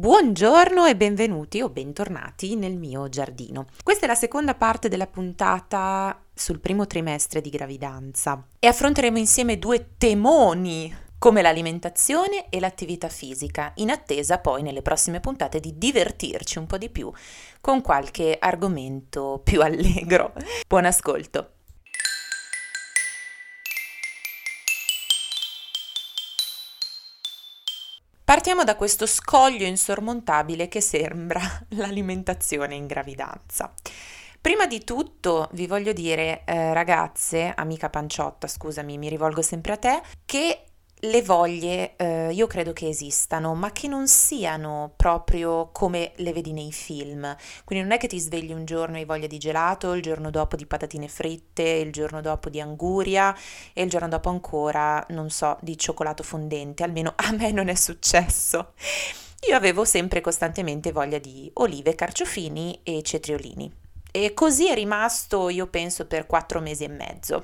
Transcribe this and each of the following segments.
Buongiorno e benvenuti o bentornati nel mio giardino. Questa è la seconda parte della puntata sul primo trimestre di gravidanza e affronteremo insieme due temoni come l'alimentazione e l'attività fisica, in attesa poi nelle prossime puntate di divertirci un po' di più con qualche argomento più allegro. Buon ascolto! Partiamo da questo scoglio insormontabile che sembra l'alimentazione in gravidanza. Prima di tutto vi voglio dire, ragazze, amica panciotta, scusami, mi rivolgo sempre a te, che le voglie io credo che esistano, ma che non siano proprio come le vedi nei film. Quindi non è che ti svegli un giorno e hai voglia di gelato, il giorno dopo di patatine fritte, il giorno dopo di anguria e il giorno dopo ancora, non so, di cioccolato fondente. Almeno a me non è successo. Io avevo sempre costantemente voglia di olive, carciofini e cetriolini. E così è rimasto, io penso, per 4 mesi e mezzo.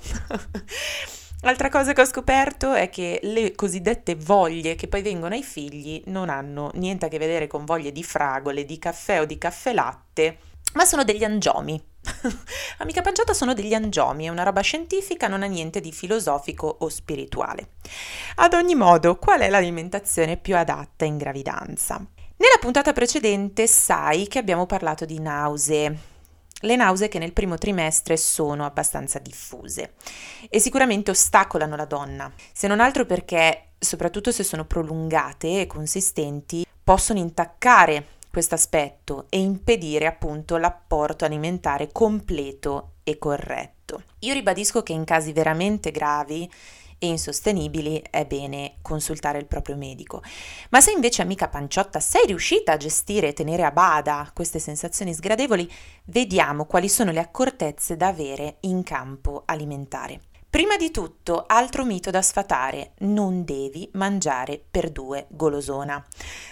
Altra cosa che ho scoperto è che le cosiddette voglie che poi vengono ai figli non hanno niente a che vedere con voglie di fragole, di caffè o di caffè latte, ma sono degli angiomi. Amica panciotta, sono degli angiomi, è una roba scientifica, non ha niente di filosofico o spirituale. Ad ogni modo, qual è l'alimentazione più adatta in gravidanza? Nella puntata precedente sai che abbiamo parlato di nausee. Le nausee che nel primo trimestre sono abbastanza diffuse e sicuramente ostacolano la donna, se non altro perché, soprattutto se sono prolungate e consistenti, possono intaccare questo aspetto e impedire appunto l'apporto alimentare completo e corretto. Io ribadisco che in casi veramente gravi e insostenibili è bene consultare il proprio medico. Ma se invece, amica panciotta, sei riuscita a gestire e tenere a bada queste sensazioni sgradevoli, vediamo quali sono le accortezze da avere in campo alimentare. Prima di tutto, altro mito da sfatare: non devi mangiare per due golosona.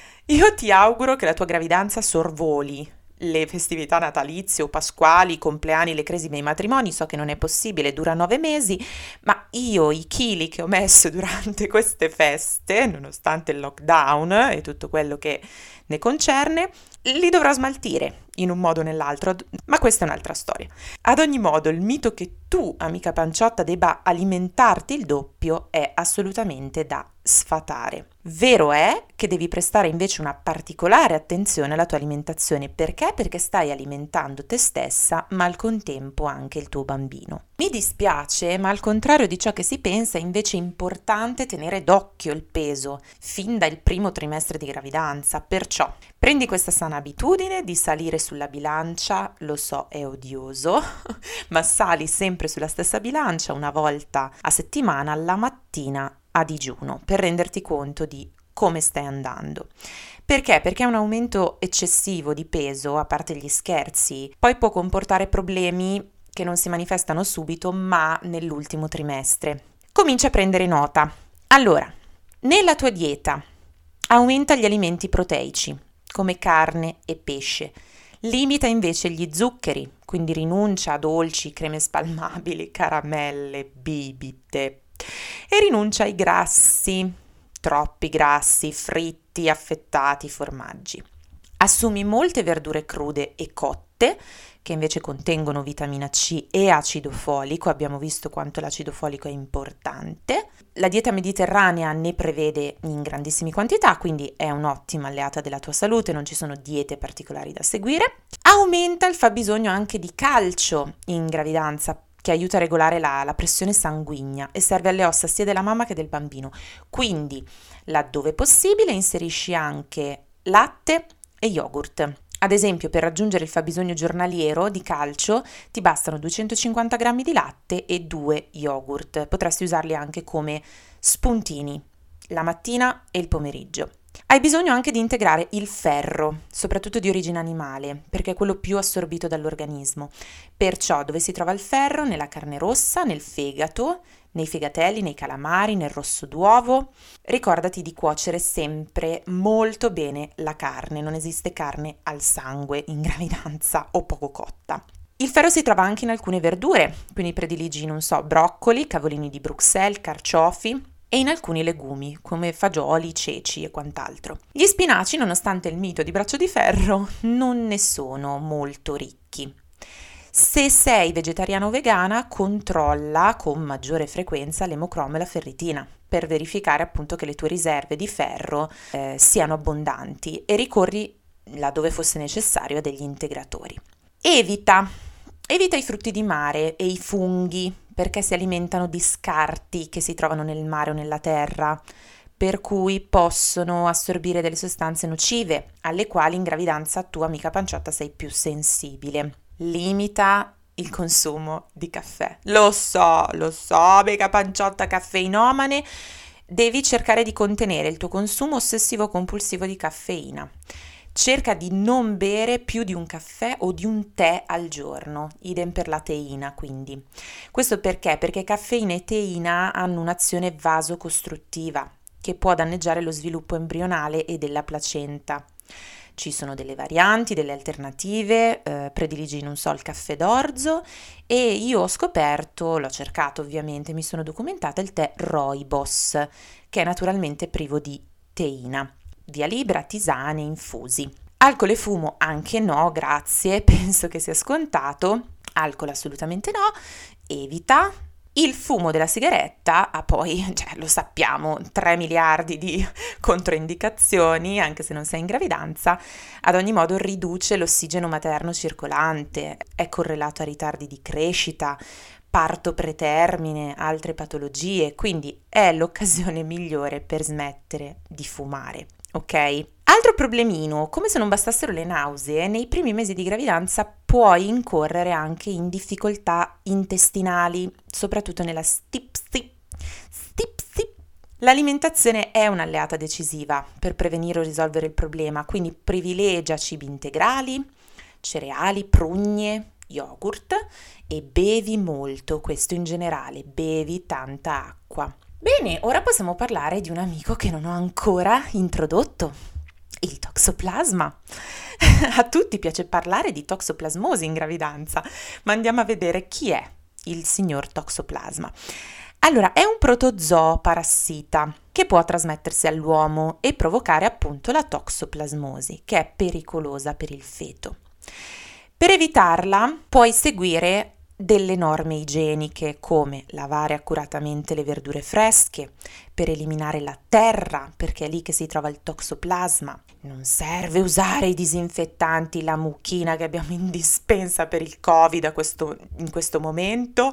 Io ti auguro che la tua gravidanza sorvoli le festività natalizie o pasquali, i compleanni, le cresime e i matrimoni. So che non è possibile, dura 9 mesi, ma io i chili che ho messo durante queste feste, nonostante il lockdown e tutto quello che ne concerne, li dovrò smaltire in un modo o nell'altro, ma questa è un'altra storia. Ad ogni modo, il mito che tu, amica panciotta, debba alimentarti il doppio è assolutamente da sfatare. Vero è che devi prestare invece una particolare attenzione alla tua alimentazione. Perché? Perché stai alimentando te stessa, ma al contempo anche il tuo bambino. Mi dispiace, ma al contrario di ciò che si pensa, è invece importante tenere d'occhio il peso fin dal primo trimestre di gravidanza. Perciò prendi questa sana abitudine di salire sulla bilancia, lo so è odioso, ma sali sempre sulla stessa bilancia una volta a settimana la mattina a digiuno per renderti conto di come stai andando. Perché? Perché un aumento eccessivo di peso, a parte gli scherzi, poi può comportare problemi che non si manifestano subito, ma nell'ultimo trimestre. Comincia a prendere nota. Allora, nella tua dieta aumenta gli alimenti proteici, come carne e pesce. Limita invece gli zuccheri, quindi rinuncia a dolci, creme spalmabili, caramelle, bibite. E rinuncia ai grassi, troppi grassi, fritti, affettati, formaggi. Assumi molte verdure crude e cotte, che invece contengono vitamina C e acido folico. Abbiamo visto quanto l'acido folico è importante. La dieta mediterranea ne prevede in grandissime quantità, quindi è un'ottima alleata della tua salute, non ci sono diete particolari da seguire. Aumenta il fabbisogno anche di calcio in gravidanza, che aiuta a regolare la pressione sanguigna e serve alle ossa sia della mamma che del bambino. Quindi, laddove possibile, inserisci anche latte e yogurt. Ad esempio, per raggiungere il fabbisogno giornaliero di calcio ti bastano 250 grammi di latte e 2 yogurt. Potresti usarli anche come spuntini, la mattina e il pomeriggio. Hai bisogno anche di integrare il ferro, soprattutto di origine animale, perché è quello più assorbito dall'organismo. Perciò dove si trova il ferro? Nella carne rossa, nel fegato, nei fegatelli, nei calamari, nel rosso d'uovo. Ricordati di cuocere sempre molto bene la carne, non esiste carne al sangue in gravidanza o poco cotta. Il ferro si trova anche in alcune verdure, quindi prediligi, non so, broccoli, cavolini di Bruxelles, carciofi. e in alcuni legumi come fagioli, ceci e quant'altro. Gli spinaci, nonostante il mito di braccio di ferro, non ne sono molto ricchi. Se sei vegetariano o vegana, controlla con maggiore frequenza l'emocromo e la ferritina per verificare appunto che le tue riserve di ferro siano abbondanti e ricorri, laddove fosse necessario, a degli integratori. Evita i frutti di mare e i funghi perché si alimentano di scarti che si trovano nel mare o nella terra, per cui possono assorbire delle sostanze nocive alle quali in gravidanza tu, amica panciotta, sei più sensibile. Limita il consumo di caffè. Lo so, amica panciotta caffeinomane, devi cercare di contenere il tuo consumo ossessivo-compulsivo di caffeina. Cerca di non bere più di un caffè o di un tè al giorno, idem per la teina quindi. Questo perché? Perché caffeina e teina hanno un'azione vasocostruttiva che può danneggiare lo sviluppo embrionale e della placenta. Ci sono delle varianti, delle alternative, prediligi, non so, il caffè d'orzo e io ho scoperto, l'ho cercato ovviamente, mi sono documentata, il tè rooibos, che è naturalmente privo di teina. Via libera, tisane, infusi. Alcol e fumo anche no, grazie, penso che sia scontato. Alcol assolutamente no, evita. Il fumo della sigaretta ha poi, lo sappiamo, 3 miliardi di controindicazioni, anche se non sei in gravidanza. Ad ogni modo riduce l'ossigeno materno circolante, è correlato a ritardi di crescita, parto pretermine, altre patologie, quindi è l'occasione migliore per smettere di fumare, ok? Altro problemino, come se non bastassero le nausee, nei primi mesi di gravidanza puoi incorrere anche in difficoltà intestinali, soprattutto nella stip-stip. L'alimentazione è un'alleata decisiva per prevenire o risolvere il problema, quindi privilegia cibi integrali, cereali, prugne, yogurt e bevi molto, questo in generale, bevi tanta acqua. Bene, ora possiamo parlare di un amico che non ho ancora introdotto. Il toxoplasma. A tutti piace parlare di toxoplasmosi in gravidanza, ma andiamo a vedere chi è il signor toxoplasma. Allora, è un protozoo parassita che può trasmettersi all'uomo e provocare appunto la toxoplasmosi, che è pericolosa per il feto. Per evitarla puoi seguire delle norme igieniche come lavare accuratamente le verdure fresche, per eliminare la terra, perché è lì che si trova il toxoplasma. Non serve usare i disinfettanti, la mucchina che abbiamo in dispensa per il Covid in questo momento,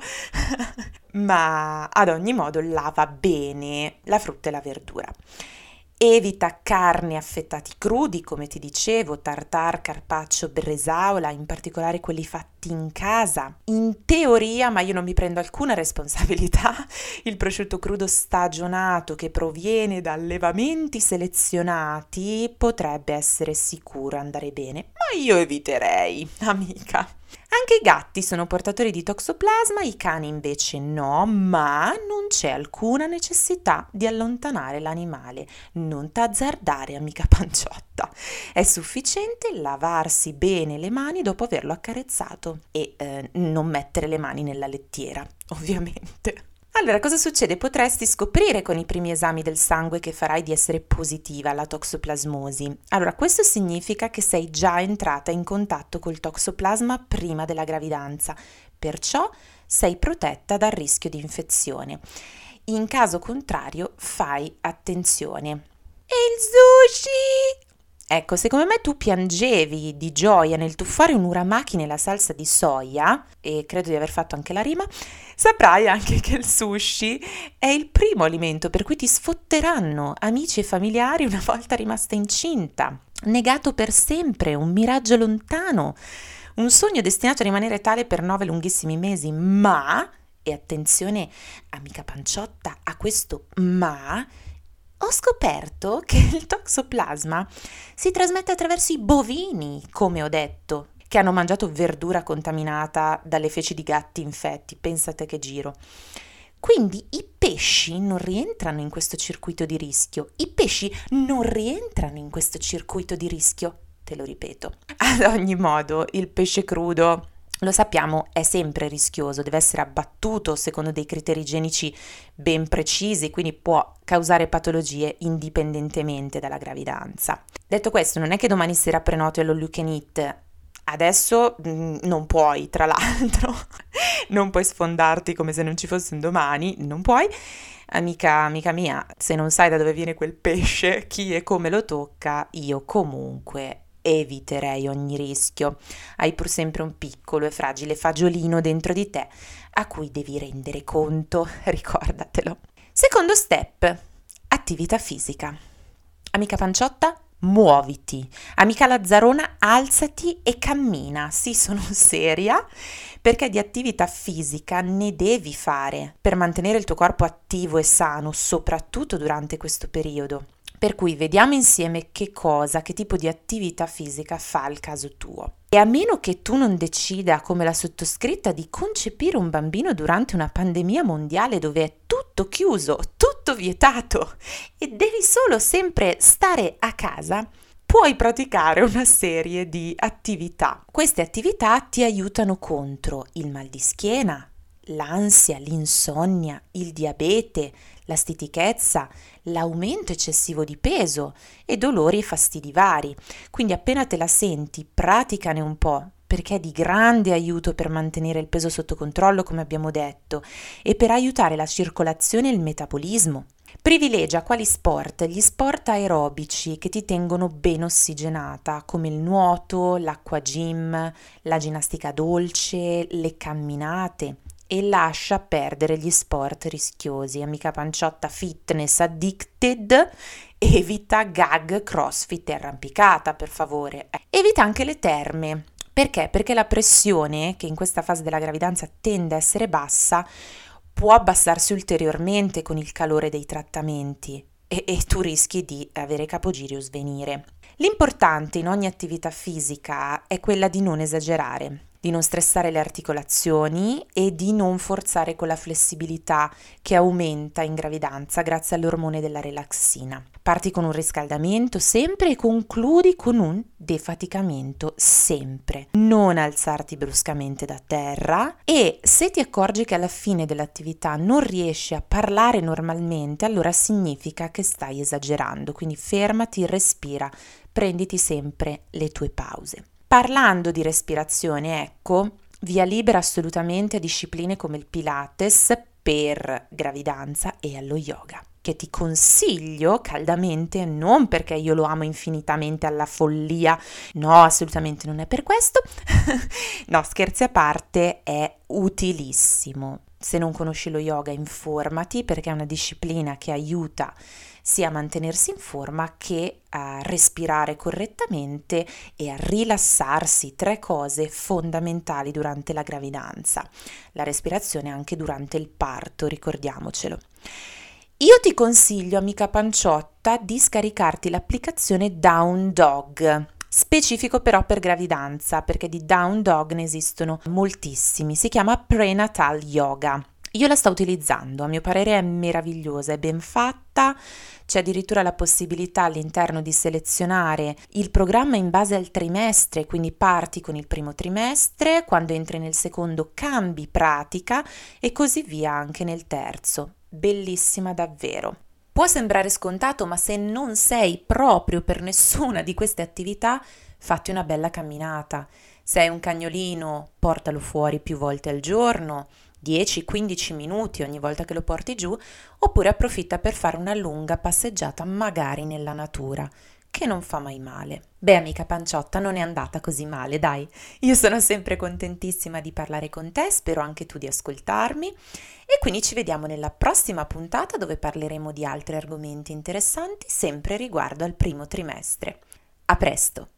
ma ad ogni modo lava bene la frutta e la verdura. Evita carni affettati crudi, come ti dicevo, tartare, carpaccio, bresaola, in particolare quelli fatti in casa. In teoria, ma io non mi prendo alcuna responsabilità, il prosciutto crudo stagionato che proviene da allevamenti selezionati potrebbe essere sicuro andare bene, ma io eviterei, amica. Anche i gatti sono portatori di toxoplasma, i cani invece no, ma non c'è alcuna necessità di allontanare l'animale. Non t'azzardare, amica panciotta. È sufficiente lavarsi bene le mani dopo averlo accarezzato e non mettere le mani nella lettiera, ovviamente. Allora, cosa succede? Potresti scoprire con i primi esami del sangue che farai di essere positiva alla toxoplasmosi. Allora, questo significa che sei già entrata in contatto col toxoplasma prima della gravidanza, perciò sei protetta dal rischio di infezione. In caso contrario, fai attenzione. E il sushi? Ecco, se come me tu piangevi di gioia nel tuffare un uramaki nella salsa di soia, e credo di aver fatto anche la rima, saprai anche che il sushi è il primo alimento per cui ti sfotteranno amici e familiari una volta rimasta incinta. Negato per sempre, un miraggio lontano, un sogno destinato a rimanere tale per 9 lunghissimi mesi, ma, e attenzione amica panciotta a questo ma, ho scoperto che il toxoplasma si trasmette attraverso i bovini, come ho detto, che hanno mangiato verdura contaminata dalle feci di gatti infetti. Pensate che giro. Quindi i pesci non rientrano in questo circuito di rischio. I pesci non rientrano in questo circuito di rischio. Te lo ripeto. Ad ogni modo, il pesce crudo Lo sappiamo, è sempre rischioso, deve essere abbattuto secondo dei criteri igienici ben precisi, quindi può causare patologie indipendentemente dalla gravidanza. Detto questo, non è che domani sera prenoti all'all you can eat. Adesso non puoi, tra l'altro, non puoi sfondarti come se non ci fosse un domani, non puoi. Amica mia, se non sai da dove viene quel pesce, chi e come lo tocca, io comunque eviterei ogni rischio. Hai pur sempre un piccolo e fragile fagiolino dentro di te a cui devi rendere conto, ricordatelo. Secondo step, attività fisica. Amica panciotta, muoviti. Amica lazzarona, alzati e cammina. Sì, sono seria, perché di attività fisica ne devi fare per mantenere il tuo corpo attivo e sano, soprattutto durante questo periodo. Per cui vediamo insieme che tipo di attività fisica fa al caso tuo. E a meno che tu non decida, come la sottoscritta, di concepire un bambino durante una pandemia mondiale dove è tutto chiuso, tutto vietato e devi solo sempre stare a casa, puoi praticare una serie di attività. Queste attività ti aiutano contro il mal di schiena, l'ansia, l'insonnia, il diabete, la stitichezza, l'aumento eccessivo di peso e dolori e fastidi vari. Quindi appena te la senti, praticane un po', perché è di grande aiuto per mantenere il peso sotto controllo, come abbiamo detto, e per aiutare la circolazione e il metabolismo. Privilegia quali sport? Gli sport aerobici che ti tengono ben ossigenata, come il nuoto, l'acqua gym, la ginnastica dolce, le camminate, e lascia perdere gli sport rischiosi. Amica panciotta fitness addicted, evita gag, crossfit e arrampicata, per favore. Evita anche le terme. Perché? Perché la pressione, che in questa fase della gravidanza tende a essere bassa, può abbassarsi ulteriormente con il calore dei trattamenti e tu rischi di avere capogiri o svenire. L'importante in ogni attività fisica è quella di non esagerare, di non stressare le articolazioni e di non forzare quella flessibilità che aumenta in gravidanza grazie all'ormone della relaxina. Parti con un riscaldamento sempre e concludi con un defaticamento sempre. Non alzarti bruscamente da terra, e se ti accorgi che alla fine dell'attività non riesci a parlare normalmente, allora significa che stai esagerando, quindi fermati, respira, prenditi sempre le tue pause. Parlando di respirazione, ecco, via libera assolutamente a discipline come il Pilates per gravidanza e allo yoga, che ti consiglio caldamente, non perché io lo amo infinitamente alla follia, no, assolutamente non è per questo, no, scherzi a parte, è utilissimo. Se non conosci lo yoga, informati, perché è una disciplina che aiuta sia a mantenersi in forma che a respirare correttamente e a rilassarsi. 3 cose fondamentali durante la gravidanza. La respirazione anche durante il parto, ricordiamocelo. Io ti consiglio, amica panciotta, di scaricarti l'applicazione Down Dog, specifico però per gravidanza, perché di Down Dog ne esistono moltissimi. Si chiama Prenatal Yoga. Io la sto utilizzando, a mio parere è meravigliosa, è ben fatta, c'è addirittura la possibilità all'interno di selezionare il programma in base al trimestre, quindi parti con il primo trimestre, quando entri nel secondo cambi pratica e così via anche nel terzo. Bellissima davvero. Può sembrare scontato, ma se non sei proprio per nessuna di queste attività, fatti una bella camminata. Se hai un cagnolino, portalo fuori più volte al giorno, 10-15 minuti ogni volta che lo porti giù, oppure approfitta per fare una lunga passeggiata magari nella natura, che non fa mai male. Beh, amica panciotta, non è andata così male, dai. Io sono sempre contentissima di parlare con te, spero anche tu di ascoltarmi, e quindi ci vediamo nella prossima puntata dove parleremo di altri argomenti interessanti, sempre riguardo al primo trimestre. A presto!